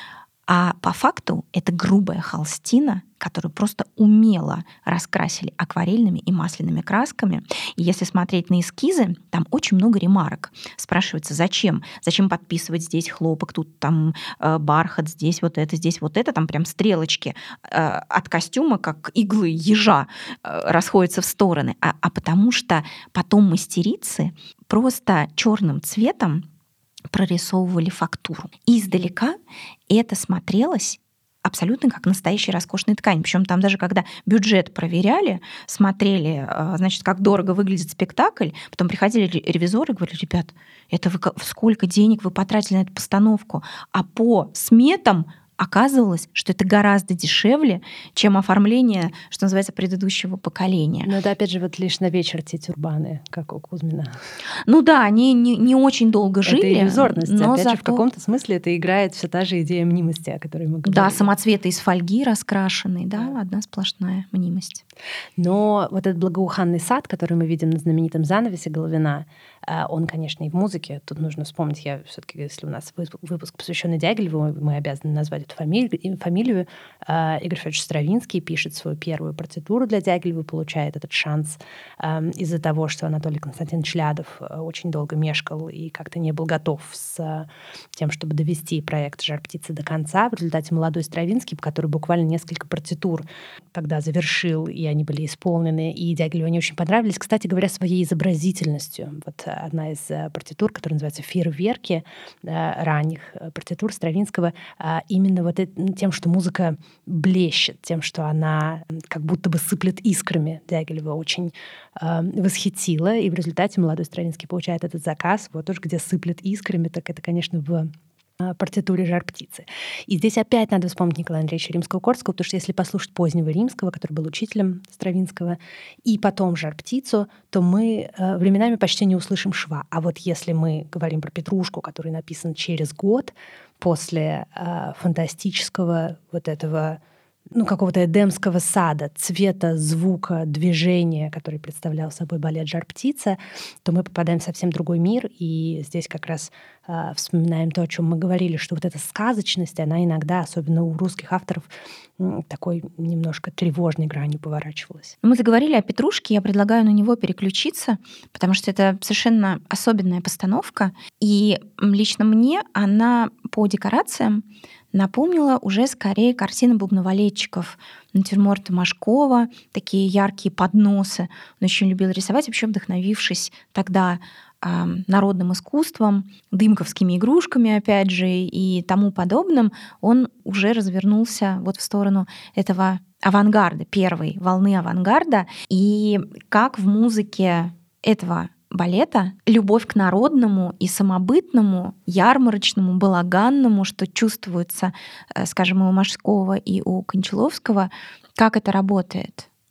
А по факту это грубая холстина, которую просто умело раскрасили акварельными и масляными красками. И если смотреть на эскизы, там очень много ремарок. Спрашивается, зачем? Зачем подписывать здесь хлопок, тут там э, бархат, здесь вот это, здесь вот это, там прям стрелочки э, от костюма, как иглы ежа, э, расходятся в стороны. А, а потому что потом мастерицы просто черным цветом прорисовывали фактуру. И издалека это смотрелось абсолютно как настоящая роскошная ткань. Причем там даже когда бюджет проверяли, смотрели, значит, как дорого выглядит спектакль, потом приходили ревизоры и говорили: ребят, это вы, сколько денег вы потратили на эту постановку? А по сметам оказывалось, что это гораздо дешевле, чем оформление, что называется, предыдущего поколения. Но это, опять же, вот лишь на вечер те тюрбаны, как у Кузьмина. Ну да, они не, не очень долго жили. Это иллюзорность. Но опять зато... же, в каком-то смысле это играет все та же идея мнимости, о которой мы говорили. Да, самоцветы из фольги раскрашенные, да, да, одна сплошная мнимость. Но вот этот благоуханный сад, который мы видим на знаменитом занавесе Головина, он, конечно, и в музыке. Тут нужно вспомнить, я все-таки, если у нас выпуск, посвященный Дягилеву, мы обязаны назвать эту фамилию. фамилию. Игорь Федорович Стравинский пишет свою первую партитуру для Дягилева, получает этот шанс из-за того, что Анатолий Константинович Лядов очень долго мешкал и как-то не был готов с тем, чтобы довести проект «Жар-птицы» до конца. В результате молодой Стравинский, который буквально несколько партитур тогда завершил, и они были исполнены, и Дягилеву они очень понравились. Кстати говоря, своей изобразительностью. Вот одна из партитур, которая называется «Фейерверки», ранних партитур Стравинского, именно вот тем, что музыка блещет, тем, что она как будто бы сыплет искрами, Дягилева очень восхитила. И в результате молодой Стравинский получает этот заказ. Вот уж где сыплет искрами, так это, конечно, в партитуре «Жар-птицы». И здесь опять надо вспомнить Николая Андреевича Римского-Корсакова, потому что если послушать позднего Римского, который был учителем Стравинского, и потом «Жар-птицу», то мы э, временами почти не услышим шва. А вот если мы говорим про «Петрушку», который написан через год после э, фантастического вот этого ну, какого-то эдемского сада, цвета, звука, движения, который представлял собой балет «Жар-птица», то мы попадаем в совсем другой мир. И здесь как раз э, вспоминаем то, о чем мы говорили, что вот эта сказочность, она иногда, особенно у русских авторов, такой немножко тревожной гранью поворачивалась. Мы заговорили о «Петрушке», я предлагаю на него переключиться, потому что это совершенно особенная постановка. И лично мне она по декорациям напомнила уже скорее картины бубновалетчиков, натюрморты Машкова, такие яркие подносы. Он очень любил рисовать, вообще вдохновившись тогда э, народным искусством, дымковскими игрушками, опять же, и тому подобным. Он уже развернулся вот в сторону этого авангарда, первой волны авангарда. И как в музыке этого балета любовь к народному и самобытному, ярмарочному, балаганному, что чувствуется, скажем, и у Машкова, и у Кончаловского, как это работает?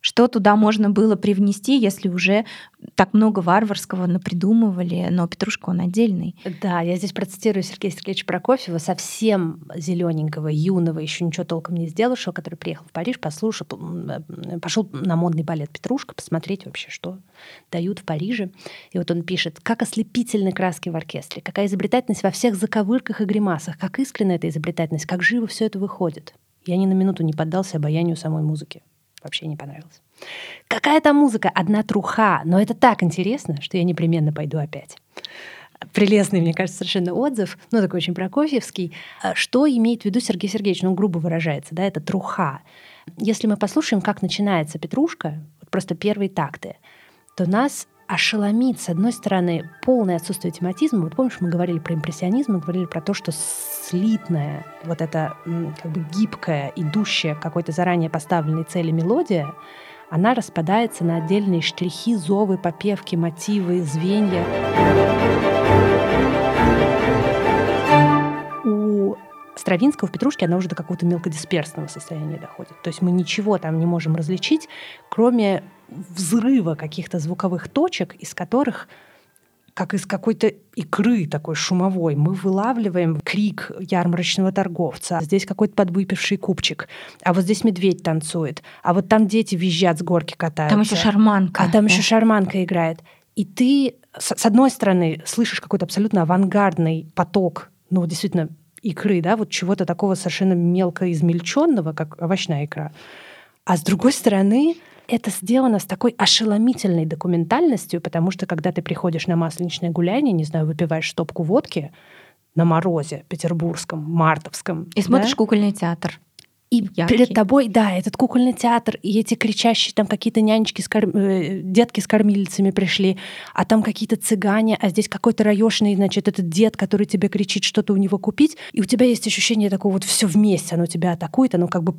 Что туда можно было привнести, если уже так много варварского напридумывали, но Петрушка, он отдельный. Да, я здесь процитирую Сергея Сергеевича Прокофьева, совсем зелененького, юного, еще ничего толком не сделавшего, который приехал в Париж, послушал, пошел на модный балет «Петрушка» посмотреть вообще, что дают в Париже. И вот он пишет: «Как ослепительны краски в оркестре, какая изобретательность во всех заковырках и гримасах, как искренна эта изобретательность, как живо все это выходит». Я ни на минуту не поддался обаянию самой музыки. Вообще не понравилось. Какая там музыка? Одна труха. Но это так интересно, что я непременно пойду опять. Прелестный, мне кажется, совершенно отзыв, ну, такой очень прокофьевский. Что имеет в виду Сергей Сергеевич? Ну, грубо выражается, да, это труха. Если мы послушаем, как начинается «Петрушка», вот просто первые такты, то нас ошеломит, с одной стороны, полное отсутствие тематизма. Вот помнишь, мы говорили про импрессионизм, мы говорили про то, что слитная, вот эта как бы гибкая, идущая к какой-то заранее поставленной цели мелодия, она распадается на отдельные штрихи, зовы, попевки, мотивы, звенья. У Стравинского в «Петрушке» она уже до какого-то мелкодисперсного состояния доходит. То есть мы ничего там не можем различить, кроме взрыва каких-то звуковых точек, из которых, как из какой-то икры такой шумовой, мы вылавливаем крик ярмарочного торговца. Здесь какой-то подвыпивший купчик, а вот здесь медведь танцует, а вот там дети визжат, с горки катаются. Там еще шарманка. А там еще шарманка играет. И ты, с одной стороны, слышишь какой-то абсолютно авангардный поток, ну, действительно, икры, да, вот чего-то такого совершенно мелко измельченного, как овощная икра. А с другой стороны, это сделано с такой ошеломительной документальностью, потому что когда ты приходишь на масленичное гуляние, не знаю, выпиваешь стопку водки на морозе петербургском, мартовском. И смотришь да? кукольный театр. И яркий. Перед тобой, да, этот кукольный театр, и эти кричащие там какие-то нянечки, с кор... детки с кормилицами пришли, а там какие-то цыгане, а здесь какой-то раёшный, значит, этот дед, который тебе кричит что-то у него купить, и у тебя есть ощущение такого вот все вместе, оно тебя атакует, оно как бы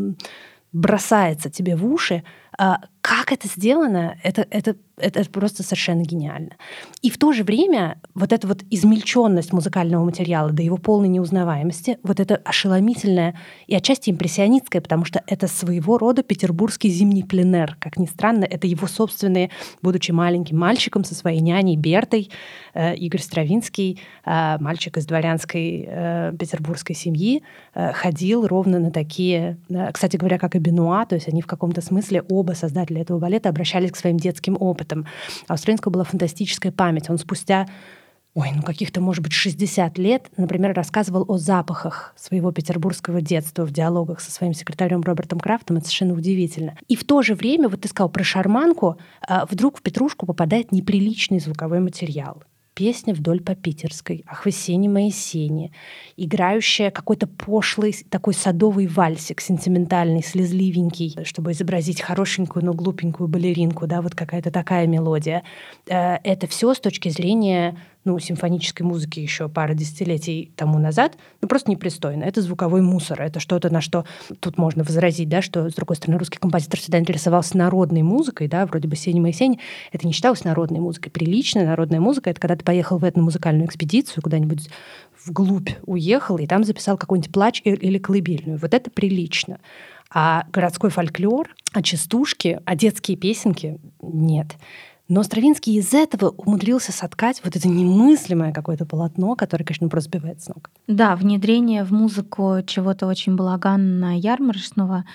бросается тебе в уши. Как это сделано, это, это, это просто совершенно гениально. И в то же время вот эта вот измельченность музыкального материала до его полной неузнаваемости, вот это ошеломительное и отчасти импрессионистское, потому что это своего рода петербургский зимний пленэр. Как ни странно, это его собственные, будучи маленьким мальчиком со своей няней Бертой, э, Игорь Стравинский, э, мальчик из дворянской э, петербургской семьи, э, ходил ровно на такие, э, кстати говоря, как и Бенуа, то есть они в каком-то смысле оба создатели этого балета обращались к своим детским опытам. А у Стравинского была фантастическая память. Он спустя, ой, ну каких-то, может быть, шестьдесят лет, например, рассказывал о запахах своего петербургского детства в диалогах со своим секретарем Робертом Крафтом. Это совершенно удивительно. И в то же время, вот ты сказал про шарманку, вдруг в «Петрушку» попадает неприличный звуковой материал. Песня «Вдоль по Питерской», «Ах вы сени мои сени», играющая какой-то пошлый такой садовый вальсик, сентиментальный, слезливенький, чтобы изобразить хорошенькую, но глупенькую балеринку, да, вот какая-то такая мелодия. Это все с точки зрения ну, симфонической музыки еще пары десятилетий тому назад, ну, просто непристойно. Это звуковой мусор, это что-то, на что тут можно возразить, да, что, с другой стороны, русский композитор всегда интересовался народной музыкой, да, вроде бы «Сени мои сени», это не считалось народной музыкой. Приличная народная музыка — это когда ты поехал в этномузыкальную экспедицию, куда-нибудь вглубь уехал, и там записал какой-нибудь плач или колыбельную. Вот это прилично. А городской фольклор, а частушки, а детские песенки — нет. Но Стравинский из этого умудрился соткать вот это немыслимое какое-то полотно, которое, конечно, просто сбивает с ног. Да, внедрение в музыку чего-то очень балаганно-ярмарочного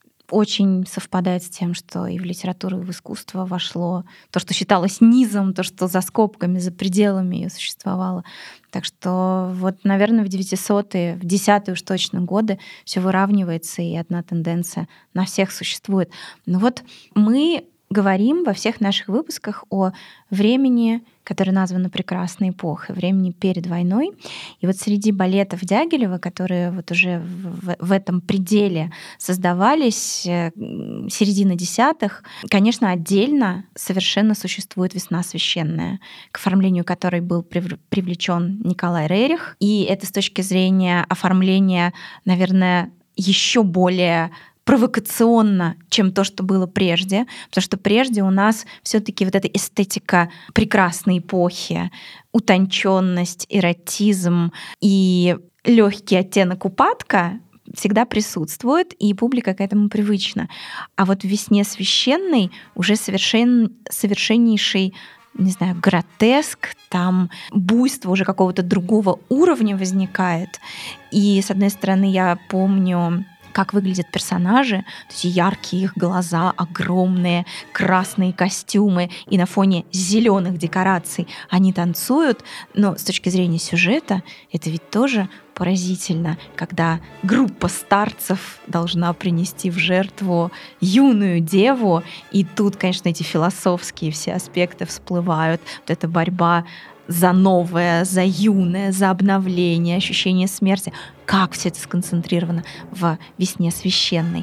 очень совпадает с тем, что и в литературу, и в искусство вошло то, что считалось низом, то, что за скобками, за пределами ее существовало. Так что вот, наверное, в девятисотые, в десятые уж точно годы все выравнивается, и одна тенденция на всех существует. Но вот мы говорим во всех наших выпусках о времени, которое названо «Прекрасной эпохой», времени перед войной. И вот среди балетов Дягилева, которые вот уже в, в этом пределе создавались, середины десятых, конечно, отдельно совершенно существует «Весна священная», к оформлению которой был привлечен Николай Рерих. И это с точки зрения оформления, наверное, еще более провокационно, чем то, что было прежде, потому что прежде у нас все-таки вот эта эстетика прекрасной эпохи, утонченность, эротизм и легкий оттенок упадка всегда присутствует, и публика к этому привычна. А вот в «Весне священной» уже совершен... совершеннейший, не знаю, гротеск, там буйство уже какого-то другого уровня возникает. И, с одной стороны, я помню, как выглядят персонажи, то есть яркие их глаза, огромные красные костюмы, и на фоне зеленых декораций они танцуют. Но с точки зрения сюжета это ведь тоже поразительно, когда группа старцев должна принести в жертву юную деву, и тут, конечно, эти философские все аспекты всплывают. Вот эта борьба за новое, за юное, за обновление, ощущение смерти. Как все это сконцентрировано в «Весне священной».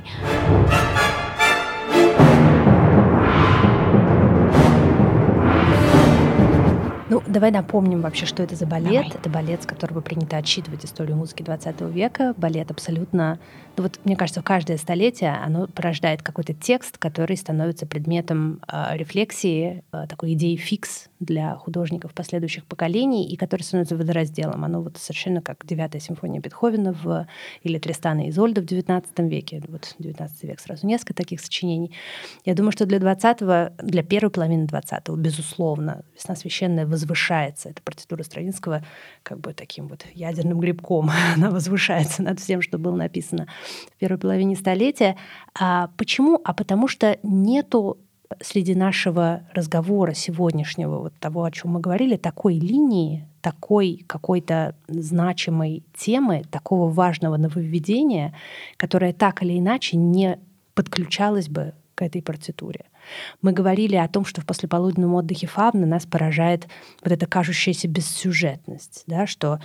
Ну, давай напомним вообще, что это за балет. Давай. Это балет, с которого принято отсчитывать историю музыки двадцатого века. Балет абсолютно... Ну вот, мне кажется, каждое столетие оно порождает какой-то текст, который становится предметом э, рефлексии, э, такой идеи фикс для художников последующих поколений, и который становится водоразделом. Оно вот совершенно как девятая симфония Бетховена в, или Тристана и Изольда в девятнадцатом веке. Вот девятнадцатый век сразу несколько таких сочинений. Я думаю, что для двадцатого, для первой половины двадцатого, безусловно, «Весна священная» возвышается. Эта партитура Стравинского как бы таким вот ядерным грибком. Она возвышается над всем, что было написано в первой половине столетия. А почему? А потому что нету среди нашего разговора сегодняшнего, вот того, о чем мы говорили, такой линии, такой какой-то значимой темы, такого важного нововведения, которое так или иначе не подключалось бы к этой партитуре. Мы говорили о том, что в послеполуденном отдыхе Фавна нас поражает вот эта кажущаяся бессюжетность, да, что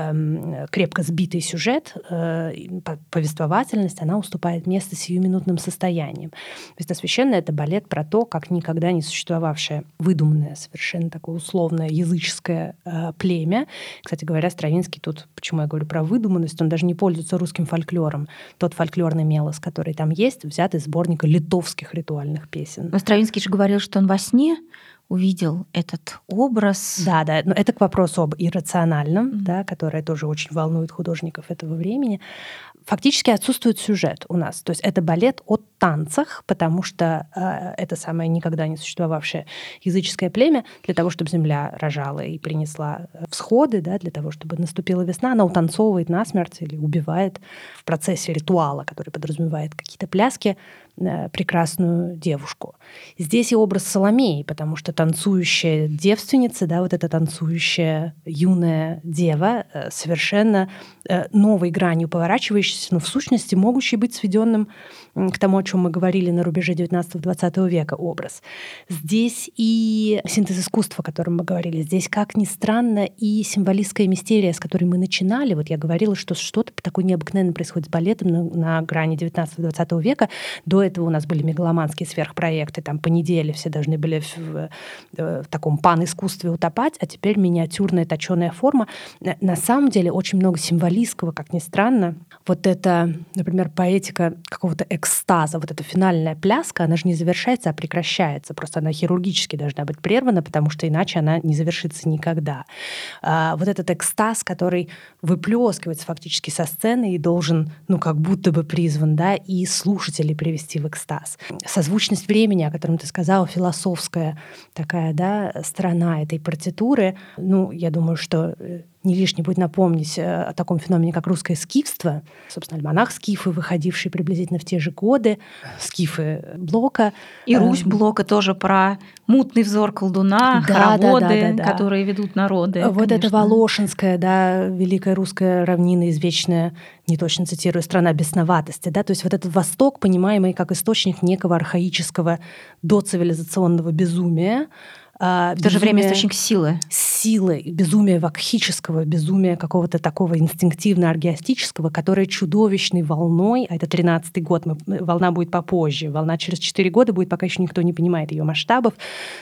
э, крепко сбитый сюжет, э, повествовательность, она уступает место сиюминутным состояниям. «Весна священная» — это балет про то, как никогда не существовавшее выдуманное, совершенно такое условное языческое э, племя. Кстати говоря, Стравинский тут, почему я говорю про выдуманность, он даже не пользуется русским фольклором. Тот фольклорный мелос, который там есть, взят из сборника литовских ритуальных песен. Но Стравинский же говорил, что он во сне увидел этот образ. Да, да, но это к вопросу об иррациональном, mm-hmm. да, которое тоже очень волнует художников этого времени. Фактически отсутствует сюжет у нас. То есть это балет о танцах, потому что э, это самое никогда не существовавшее языческое племя для того, чтобы земля рожала и принесла всходы, да, для того, чтобы наступила весна, она утанцовывает насмерть или убивает в процессе ритуала, который подразумевает какие-то пляски, э, прекрасную девушку. Здесь и образ Соломеи, потому что танцующая девственница, да, вот эта танцующая юная дева, э, совершенно э, новой гранью поворачивающаяся, но в сущности могущий быть сведенным к тому, о чем мы говорили на рубеже девятнадцатого-двадцатого века образ. Здесь и синтез искусства, о котором мы говорили, здесь, как ни странно, и символистская мистерия, с которой мы начинали. Вот я говорила, что что-то такое необыкновенное происходит с балетом на, на грани девятнадцатого-двадцатого века. До этого у нас были мегаломанские сверхпроекты, там по неделе все должны были в, в, в таком пан-искусстве утопать, а теперь миниатюрная точёная форма. На самом деле очень много символистского, как ни странно. Вот это, например, поэтика какого-то экстаза, вот эта финальная пляска, она же не завершается, а прекращается. Просто она хирургически должна быть прервана, потому что иначе она не завершится никогда. А вот этот экстаз, который выплескивается фактически со сцены и должен, ну, как будто бы призван, да, и слушателей привести в экстаз. Созвучность времени, о котором ты сказала, философская такая, да, сторона этой партитуры, ну, я думаю, что не лишне будет напомнить о таком феномене, как русское скифство. Собственно, альманах «Скифы», выходивший приблизительно в те же годы, скифы Блока. И Русь Блока тоже про мутный взор колдуна, да, хороводы, да, да, да, да. которые ведут народы. Вот конечно. это Волошинская, да, великая русская равнина, извечная, не точно цитирую, страна бесноватости. Да? То есть вот этот Восток, понимаемый как источник некого архаического доцивилизационного безумия, В то же время источник силы. Силы, безумия вакхического, безумия какого-то такого инстинктивно-аргиастического, которое чудовищной волной, а это тринадцатый год, мы, волна будет попозже, волна через четыре года будет, пока еще никто не понимает ее масштабов,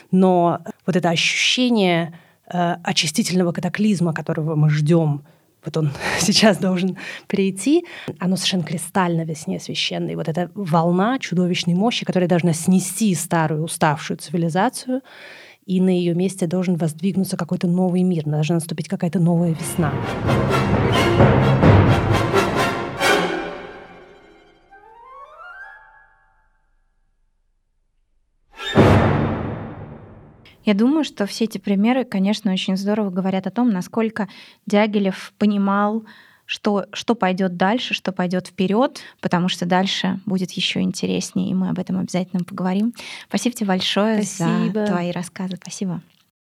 но вот это ощущение э, очистительного катаклизма, которого мы ждем, вот он сейчас должен прийти, оно совершенно кристально в «Весне священной. Вот эта волна чудовищной мощи, которая должна снести старую уставшую цивилизацию, и на ее месте должен воздвигнуться какой-то новый мир, должна наступить какая-то новая весна. Я думаю, что все эти примеры, конечно, очень здорово говорят о том, насколько Дягилев понимал, что, что пойдет дальше, что пойдет вперед, потому что дальше будет еще интереснее, и мы об этом обязательно поговорим. Спасибо тебе большое Спасибо. за твои рассказы. Спасибо.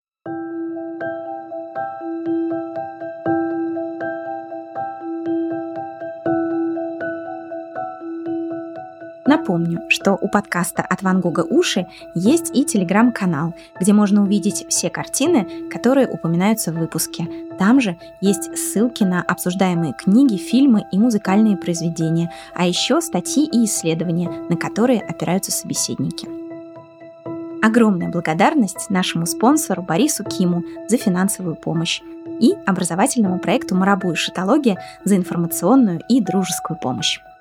Напомню, что у подкаста «От Ван Гога уши» есть и телеграм-канал, где можно увидеть все картины, которые упоминаются в выпуске. Там же есть ссылки на обсуждаемые книги, фильмы и музыкальные произведения, а еще статьи и исследования, на которые опираются собеседники. Огромная благодарность нашему спонсору Борису Киму за финансовую помощь и образовательному проекту «Марабу и шитология» за информационную и дружескую помощь.